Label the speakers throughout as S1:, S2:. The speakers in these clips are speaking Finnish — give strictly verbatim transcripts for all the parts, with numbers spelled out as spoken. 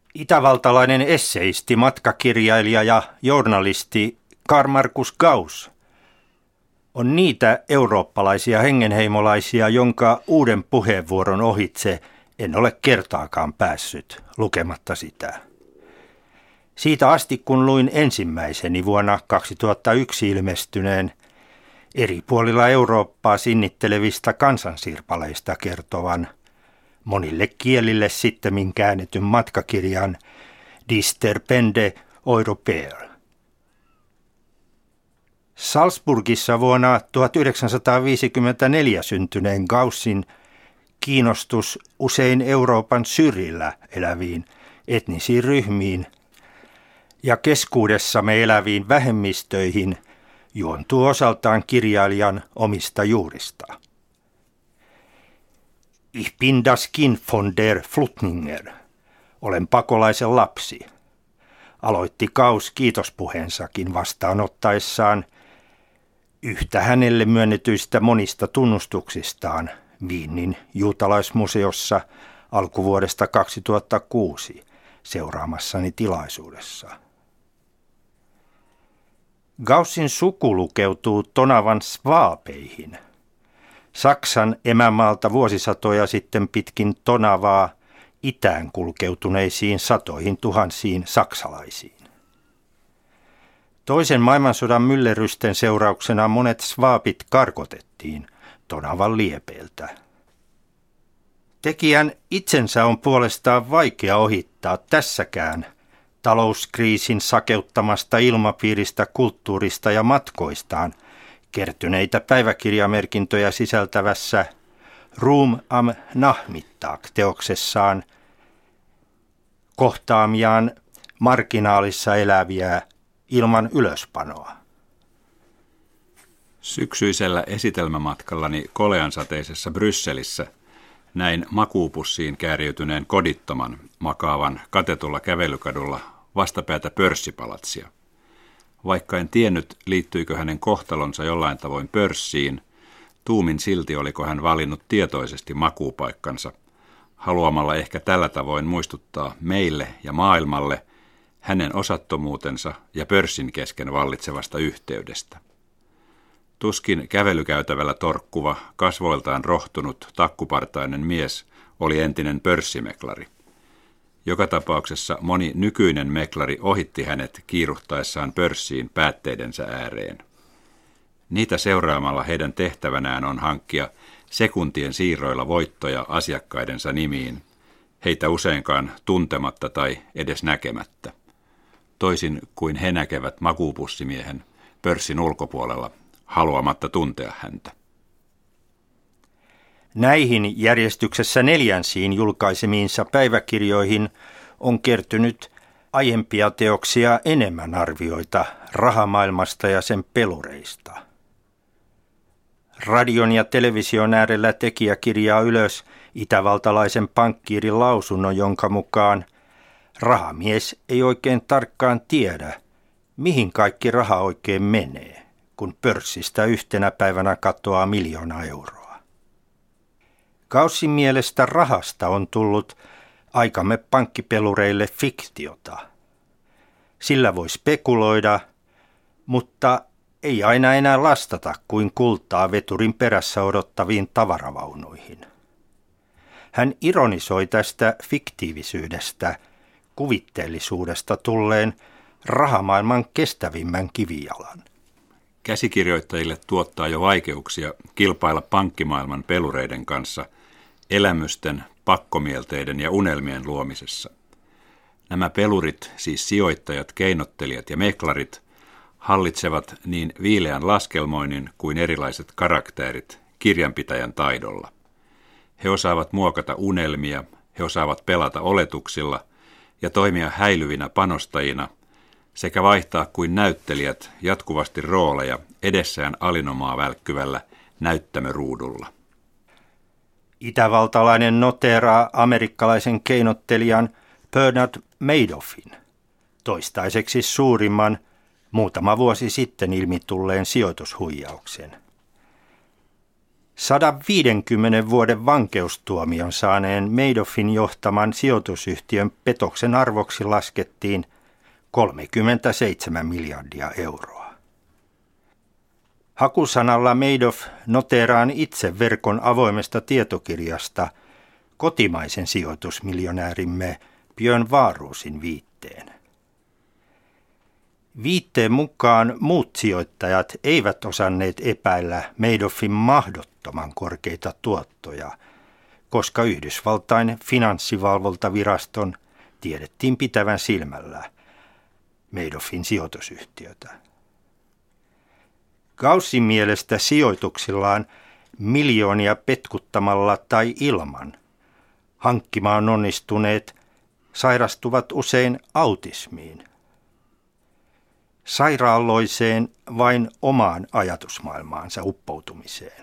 S1: Itävaltalainen esseisti, matkakirjailija ja journalisti Karl Markus Gauss on niitä eurooppalaisia hengenheimolaisia, jonka uuden puheenvuoron ohitse en ole kertaakaan päässyt lukematta sitä. Siitä asti, kun luin ensimmäiseni vuonna kaksituhattayksi ilmestyneen eri puolilla Eurooppaa sinnittelevistä kansansirpaleista kertovan, monille kielille sittemmin käännetyn matkakirjan Dister Pende Europäer. Salzburgissa vuonna tuhatyhdeksänsataaviisikymmentäneljä syntyneen Gaussin kiinnostus usein Euroopan syrjillä eläviin etnisiin ryhmiin ja keskuudessamme eläviin vähemmistöihin juontuu osaltaan kirjailijan omista juurista. Ich bin das Kind von der Flüchtlinge. Olen pakolaisen lapsi. Aloitti Gauss kiitospuheensakin vastaanottaessaan yhtä hänelle myönnetyistä monista tunnustuksistaan Wienin juutalaismuseossa alkuvuodesta kaksituhattakuusi seuraamassani tilaisuudessa. Gaussin suku lukeutuu Tonavan svaapeihin, Saksan emämaalta vuosisatoja sitten pitkin Tonavaa itään kulkeutuneisiin satoihin tuhansiin saksalaisiin. Toisen maailmansodan myllerrysten seurauksena monet svaapit karkotettiin Tonavan liepeiltä. Tekijän itsensä on puolestaan vaikea ohittaa tässäkään talouskriisin sakeuttamasta ilmapiiristä, kulttuurista ja matkoistaan kertyneitä päiväkirjamerkintöjä sisältävässä Ruhm am Nachmittag-teoksessaan kohtaamiaan marginaalissa eläviä ilman ylöspanoa.
S2: Syksyisellä esitelmämatkallani koleansateisessa Brysselissä näin makuupussiin kääriytyneen kodittoman makaavan katetulla kävelykadulla vastapäätä pörssipalatsia. Vaikka en tiennyt, liittyikö hänen kohtalonsa jollain tavoin pörssiin, tuumin silti oliko hän valinnut tietoisesti makuupaikkansa, haluamalla ehkä tällä tavoin muistuttaa meille ja maailmalle hänen osattomuutensa ja pörssin kesken vallitsevasta yhteydestä. Tuskin kävelykäytävällä torkkuva, kasvoiltaan rohtunut, takkupartainen mies oli entinen pörssimeklari. Joka tapauksessa moni nykyinen meklari ohitti hänet kiiruhtaessaan pörssiin päätteidensä ääreen. Niitä seuraamalla heidän tehtävänään on hankkia sekuntien siirroilla voittoja asiakkaidensa nimiin, heitä useinkaan tuntematta tai edes näkemättä, toisin kuin he näkevät makuupussimiehen pörssin ulkopuolella haluamatta tuntea häntä.
S1: Näihin järjestyksessä neljänsiin julkaisemiinsa päiväkirjoihin on kertynyt aiempia teoksia enemmän arvioita rahamaailmasta ja sen pelureista. Radion ja television äärellä tekijä kirjaa ylös itävaltalaisen pankkiirin lausunnon, jonka mukaan rahamies ei oikein tarkkaan tiedä, mihin kaikki raha oikein menee, kun pörssistä yhtenä päivänä katoaa miljoona euroa. Gaussin mielestä rahasta on tullut aikamme pankkipelureille fiktiota. Sillä voi spekuloida, mutta ei aina enää lastata kuin kultaa veturin perässä odottaviin tavaravaunuihin. Hän ironisoi tästä fiktiivisyydestä, kuvitteellisuudesta tulleen rahamaailman kestävimmän kivijalan.
S2: Käsikirjoittajille tuottaa jo vaikeuksia kilpailla pankkimaailman pelureiden kanssa elämysten, pakkomielteiden ja unelmien luomisessa. Nämä pelurit, siis sijoittajat, keinottelijat ja meklarit, hallitsevat niin viileän laskelmoinnin kuin erilaiset karakterit kirjanpitäjän taidolla. He osaavat muokata unelmia, he osaavat pelata oletuksilla ja toimia häilyvinä panostajina sekä vaihtaa kuin näyttelijät jatkuvasti rooleja edessään alinomaa välkkyvällä näyttämöruudulla.
S1: Itävaltalainen noteeraa amerikkalaisen keinottelijan Bernard Madoffin, toistaiseksi suurimman muutama vuosi sitten ilmitulleen sijoitushuijauksen. sata viisikymmentä vuoden vankeustuomion saaneen Madoffin johtaman sijoitusyhtiön petoksen arvoksi laskettiin kolmekymmentäseitsemän miljardia euroa. Hakusanalla Madoff noteeraan itse verkon avoimesta tietokirjasta kotimaisen sijoitusmiljonäärimme Björn Wahlroosin viitteen. Viitteen mukaan muut sijoittajat eivät osanneet epäillä Madoffin mahdottoman korkeita tuottoja, koska Yhdysvaltain finanssivalvontaviraston tiedettiin pitävän silmällä Madoffin sijoitusyhtiötä. Gaussin mielestä sijoituksillaan miljoonia petkuttamalla tai ilman hankkimaan onnistuneet sairastuvat usein autismiin, sairaalloiseen vain omaan ajatusmaailmaansa uppoutumiseen.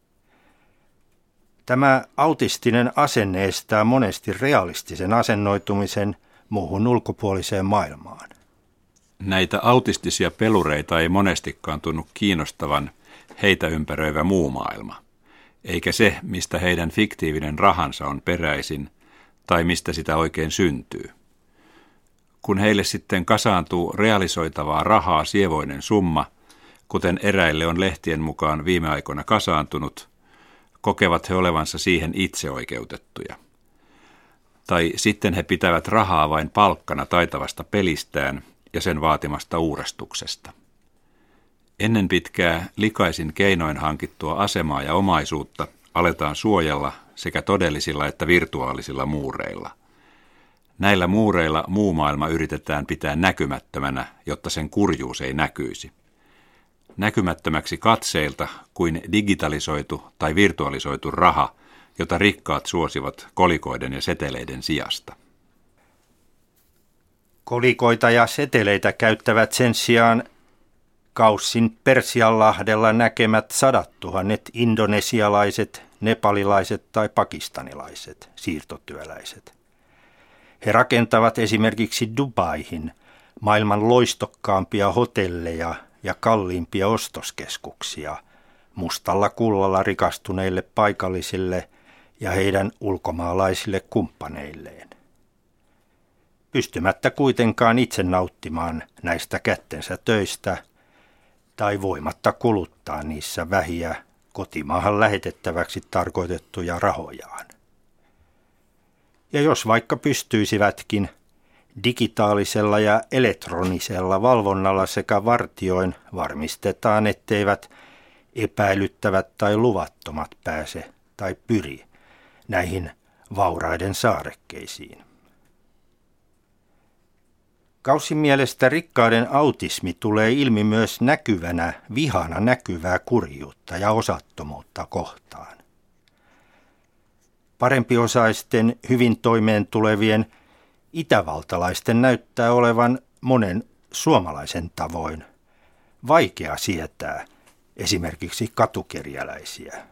S1: Tämä autistinen asenne estää monesti realistisen asennoitumisen muuhun ulkopuoliseen maailmaan.
S2: Näitä autistisia pelureita ei monestikaan tunnu kiinnostavan heitä ympäröivä muu maailma, eikä se, mistä heidän fiktiivinen rahansa on peräisin tai mistä sitä oikein syntyy. Kun heille sitten kasaantuu realisoitavaa rahaa sievoinen summa, kuten eräille on lehtien mukaan viime aikoina kasaantunut, kokevat he olevansa siihen itseoikeutettuja. Tai sitten he pitävät rahaa vain palkkana taitavasta pelistään ja sen vaatimasta uurastuksesta. Ennen pitkää likaisin keinoin hankittua asemaa ja omaisuutta aletaan suojella sekä todellisilla että virtuaalisilla muureilla. Näillä muureilla muu maailma yritetään pitää näkymättömänä, jotta sen kurjuus ei näkyisi. Näkymättömäksi katseilta kuin digitalisoitu tai virtualisoitu raha, jota rikkaat suosivat kolikoiden ja seteleiden sijasta.
S1: Kolikoita ja seteleitä käyttävät sen sijaan Gaussin Persianlahdella näkemät sadat tuhannet indonesialaiset, nepalilaiset tai pakistanilaiset siirtotyöläiset. He rakentavat esimerkiksi Dubaihin maailman loistokkaampia hotelleja ja kalliimpia ostoskeskuksia mustalla kullalla rikastuneille paikallisille ja heidän ulkomaalaisille kumppaneilleen. Pystymättä kuitenkaan itse nauttimaan näistä kättensä töistä tai voimatta kuluttaa niissä vähiä kotimaahan lähetettäväksi tarkoitettuja rahojaan. Ja jos vaikka pystyisivätkin, digitaalisella ja elektronisella valvonnalla sekä vartioin varmistetaan, etteivät epäilyttävät tai luvattomat pääse tai pyri näihin vauraiden saarekkeisiin. Gaussin mielestä rikkaiden autismi tulee ilmi myös näkyvänä vihana näkyvää kurjuutta ja osattomuutta kohtaan. Parempiosaisten, hyvin toimeen tulevien itävaltalaisten näyttää olevan monen suomalaisen tavoin vaikea sietää esimerkiksi katukerjäläisiä.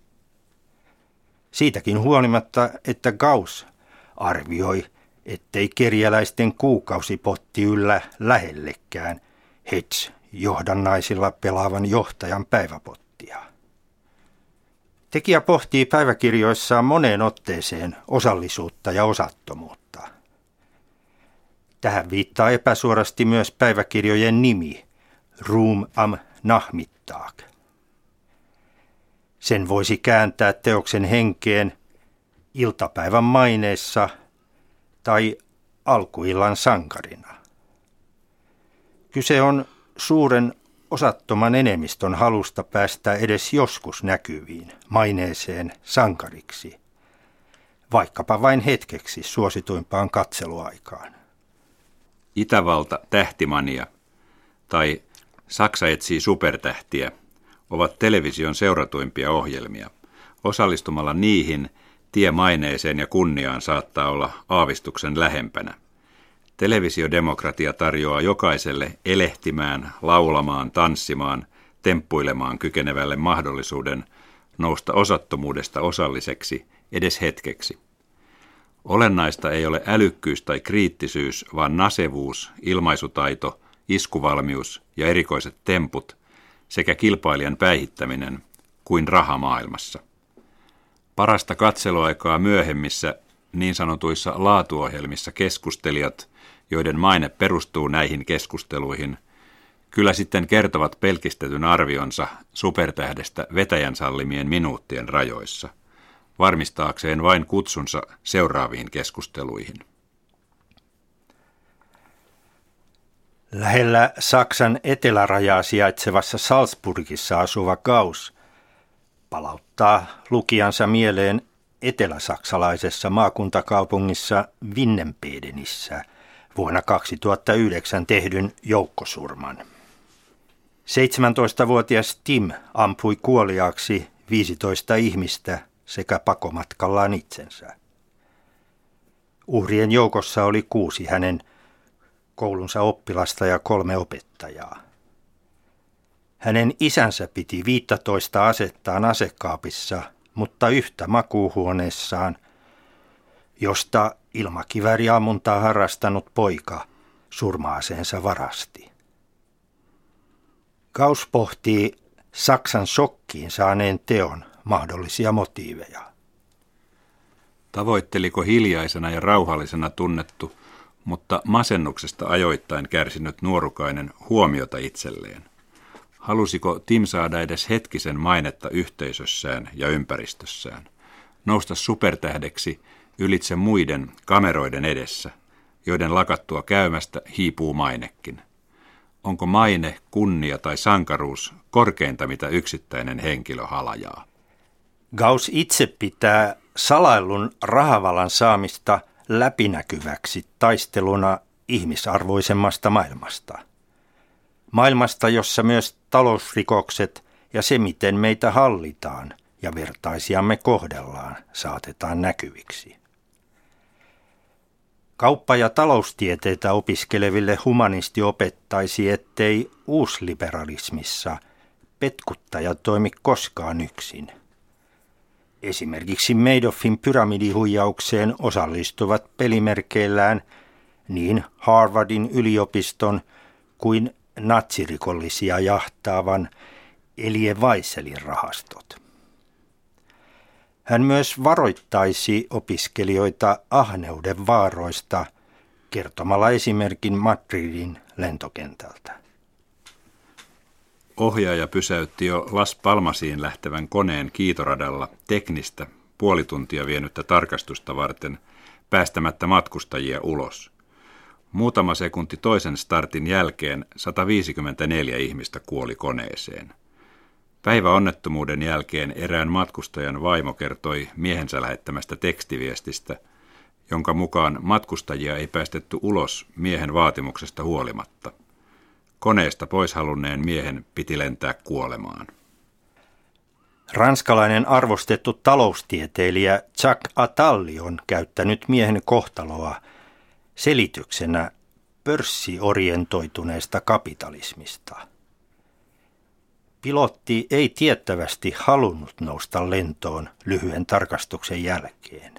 S1: Siitäkin huolimatta, että Gauss arvioi, ettei kerjäläisten kuukausipotti yllä lähellekään hedge-johdannaisilla pelaavan johtajan päiväpottia. Tekijä pohtii päiväkirjoissaan moneen otteeseen osallisuutta ja osattomuutta. Tähän viittaa epäsuorasti myös päiväkirjojen nimi, Ruhm am Nachmittag. Sen voisi kääntää teoksen henkeen iltapäivän maineessa tai alkuillan sankarina. Kyse on suuren osattoman enemmistön halusta päästä edes joskus näkyviin, maineeseen sankariksi, vaikkapa vain hetkeksi suosituimpaan katseluaikaan.
S2: Itävalta tähtimania tai Saksa etsii supertähtiä ovat television seuratuimpia ohjelmia. Osallistumalla niihin tie maineeseen ja kunniaan saattaa olla aavistuksen lähempänä. Televisiodemokratia tarjoaa jokaiselle elehtimään, laulamaan, tanssimaan, temppuilemaan kykenevälle mahdollisuuden nousta osattomuudesta osalliseksi edes hetkeksi. Olennaista ei ole älykkyys tai kriittisyys, vaan nasevuus, ilmaisutaito, iskuvalmius ja erikoiset temput sekä kilpailijan päihittäminen, kuin rahamaailmassa. Parasta katseluaikaa myöhemmissä niin sanotuissa laatuohjelmissa keskustelijat, joiden maine perustuu näihin keskusteluihin, kyllä sitten kertovat pelkistetyn arvionsa supertähdestä vetäjän sallimien minuuttien rajoissa, varmistaakseen vain kutsunsa seuraaviin keskusteluihin.
S1: Lähellä Saksan etelärajaa sijaitsevassa Salzburgissa asuva Gauss palauttaa lukijansa mieleen eteläsaksalaisessa maakuntakaupungissa Winnenpedenissä vuonna kaksituhattayhdeksän tehdyn joukkosurman. seitsemäntoistavuotias Tim ampui kuoliaaksi viisitoista ihmistä sekä pakomatkallaan itsensä. Uhrien joukossa oli kuusi hänen koulunsa oppilasta ja kolme opettajaa. Hänen isänsä piti viisitoista asettaan asekaapissa, mutta yhtä makuuhuoneessaan, josta ilmakivääriammuntaa harrastanut poika surma-aseensa varasti. Gauss pohtii Saksan shokkiin saaneen teon mahdollisia motiiveja.
S2: Tavoitteliko hiljaisena ja rauhallisena tunnettu, mutta masennuksesta ajoittain kärsinyt nuorukainen huomiota itselleen? Halusiko Tim saada edes hetkisen mainetta yhteisössään ja ympäristössään, nousta supertähdeksi ylitse muiden kameroiden edessä, joiden lakattua käymästä hiipuu mainekin? Onko maine, kunnia tai sankaruus korkeinta, mitä yksittäinen henkilö halajaa?
S1: Gauss itse pitää salaillun rahavallan saamista läpinäkyväksi taisteluna ihmisarvoisemmasta maailmasta. Maailmasta, jossa myös talousrikokset ja se, miten meitä hallitaan ja vertaisiamme kohdellaan, saatetaan näkyviksi. Kauppa- ja taloustieteitä opiskeleville humanisti opettaisi, ettei uusliberalismissa petkuttaja toimi koskaan yksin. Esimerkiksi Madoffin pyramidihuijaukseen osallistuvat pelimerkeillään niin Harvardin yliopiston kuin natsirikollisia jahtaavan Elie Wieselin rahastot. Hän myös varoittaisi opiskelijoita ahneuden vaaroista kertomalla esimerkin Madridin lentokentältä.
S2: Ohjaaja pysäytti jo Las Palmasiin lähtevän koneen kiitoradalla teknistä puoli tuntia vienyttä tarkastusta varten päästämättä matkustajia ulos. Muutama sekunti toisen startin jälkeen sata viisikymmentäneljä ihmistä kuoli koneeseen. Päiväonnettomuuden jälkeen erään matkustajan vaimo kertoi miehensä lähettämästä tekstiviestistä, jonka mukaan matkustajia ei päästetty ulos miehen vaatimuksesta huolimatta. Koneesta pois halunneen miehen piti lentää kuolemaan.
S1: Ranskalainen arvostettu taloustieteilijä Jacques Attali on käyttänyt miehen kohtaloa selityksenä pörssiorientoituneesta kapitalismista. Pilotti ei tiettävästi halunnut nousta lentoon lyhyen tarkastuksen jälkeen.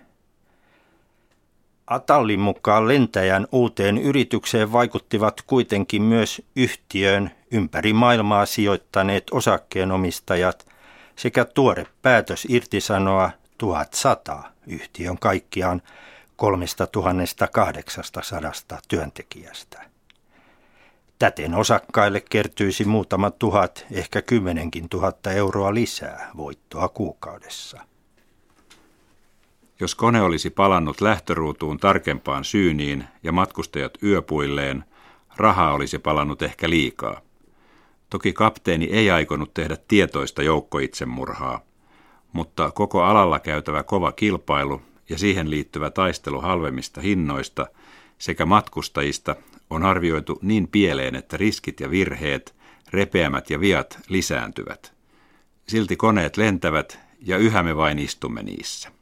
S1: Atallin mukaan lentäjän uuteen yritykseen vaikuttivat kuitenkin myös yhtiöön ympäri maailmaa sijoittaneet osakkeenomistajat sekä tuore päätös irtisanoa tuhatsata yhtiön kaikkiaan kolmestatuhannestakahdeksastasadasta työntekijästä. Täten osakkaille kertyisi muutama tuhat, ehkä kymmenenkin tuhatta euroa lisää voittoa kuukaudessa.
S2: Jos kone olisi palannut lähtöruutuun tarkempaan syyniin ja matkustajat yöpuilleen, rahaa olisi palannut ehkä liikaa. Toki kapteeni ei aikonut tehdä tietoista joukkoitsemurhaa, mutta koko alalla käytävä kova kilpailu ja siihen liittyvä taistelu halvemmista hinnoista sekä matkustajista on arvioitu niin pieleen, että riskit ja virheet, repeämät ja viat lisääntyvät. Silti koneet lentävät ja yhä me vain istumme niissä.